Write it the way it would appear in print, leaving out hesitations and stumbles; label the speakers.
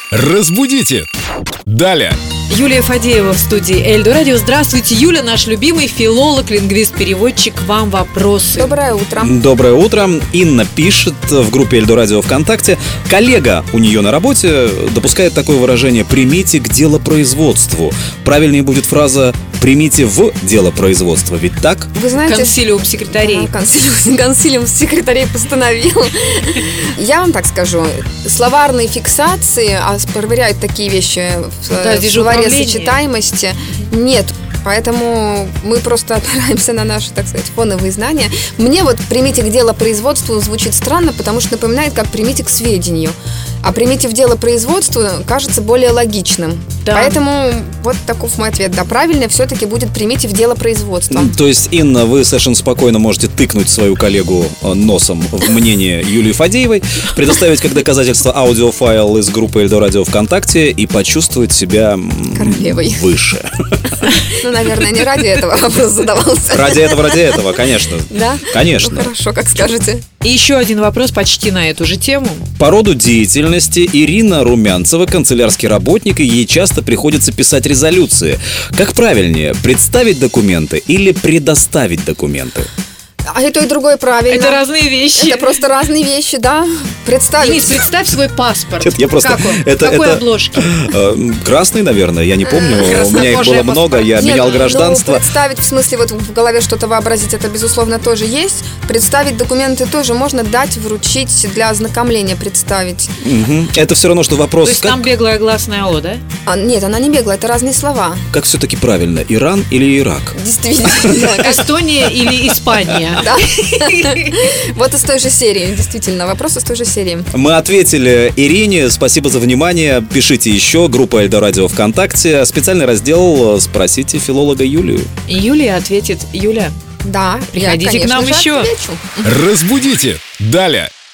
Speaker 1: Разбудите! Далее!
Speaker 2: Юлия Фадеева в студии Эльдо Радио. Здравствуйте, Юля, наш любимый филолог, лингвист, переводчик. Вам вопросы.
Speaker 3: Доброе утро.
Speaker 4: Доброе утро. Инна пишет в группе Эльдо Радио ВКонтакте. Коллега у нее на работе допускает такое выражение: «примите к делопроизводству». Правильнее будет фраза «примите в делопроизводство». Ведь так?
Speaker 3: Вы знаете,
Speaker 2: Консилиум секретарей.
Speaker 3: консилиум секретарей постановил. Я вам так скажу. Словарные фиксации проверяют такие вещи
Speaker 2: Да, здесь
Speaker 3: в
Speaker 2: же
Speaker 3: словаре
Speaker 2: управление.
Speaker 3: сочетаемости. Нет. Поэтому мы просто опираемся на наши, так сказать, фоновые знания. Мне вот «примите к делопроизводству» звучит странно, потому что напоминает, как «примите к сведению». А «примите в делопроизводство» кажется более логичным.
Speaker 2: Да.
Speaker 3: Поэтому вот таков мой ответ. Да, правильно все-таки будет «примите в делопроизводство».
Speaker 4: То есть, Инна, вы совершенно спокойно можете тыкнуть свою коллегу носом в мнение Юлии Фадеевой, предоставить как доказательство аудиофайл из группы Эльдо Радио ВКонтакте и почувствовать себя
Speaker 3: Королевой.
Speaker 4: выше.
Speaker 3: Ну, наверное, не ради этого вопрос задавался.
Speaker 4: Ради этого, конечно.
Speaker 3: Да?
Speaker 4: Конечно.
Speaker 3: Ну, хорошо, как скажете.
Speaker 2: И еще один вопрос почти на эту же тему.
Speaker 4: По роду деятельности Ирина Румянцева канцелярский работник, и ей часто приходится писать резолюции. Как правильнее, представить документы или предоставить документы?
Speaker 3: А и то, и другое правильно.
Speaker 2: Это разные вещи.
Speaker 3: Это просто разные вещи, да? Представить.
Speaker 2: Денис, представь свой паспорт.
Speaker 4: Нет, я просто...
Speaker 2: Как он?
Speaker 4: это-
Speaker 2: В какой
Speaker 4: это-
Speaker 2: обложке?
Speaker 4: Красный, наверное, я не помню. У меня их
Speaker 2: Краснокожая
Speaker 4: было много, я
Speaker 3: Нет,
Speaker 4: менял
Speaker 3: ну,
Speaker 4: гражданство.
Speaker 3: представить, в смысле, вот в голове что-то вообразить, это, безусловно, тоже есть. Представить документы тоже можно дать, вручить для ознакомления, представить.
Speaker 4: Мгм. Это все равно, что
Speaker 2: То
Speaker 4: вопрос,
Speaker 2: есть там беглая гласная О, да?
Speaker 3: Нет, она не беглая, это разные слова.
Speaker 4: как все-таки правильно, Иран или Ирак?
Speaker 3: Действительно.
Speaker 2: Эстония или Испания?
Speaker 3: Да. Вот из той же серии, действительно, вопрос из той же серии.
Speaker 4: Мы ответили Ирине, спасибо за внимание. Пишите еще, группа Эльдо Радио ВКонтакте, специальный раздел «Спросите филолога Юлию».
Speaker 2: И Юлия ответит: Юля,
Speaker 3: Да,
Speaker 2: Приходите
Speaker 3: я,
Speaker 2: к нам
Speaker 3: конечно же,
Speaker 2: еще.
Speaker 3: отвечу.
Speaker 1: Разбудите! Далее!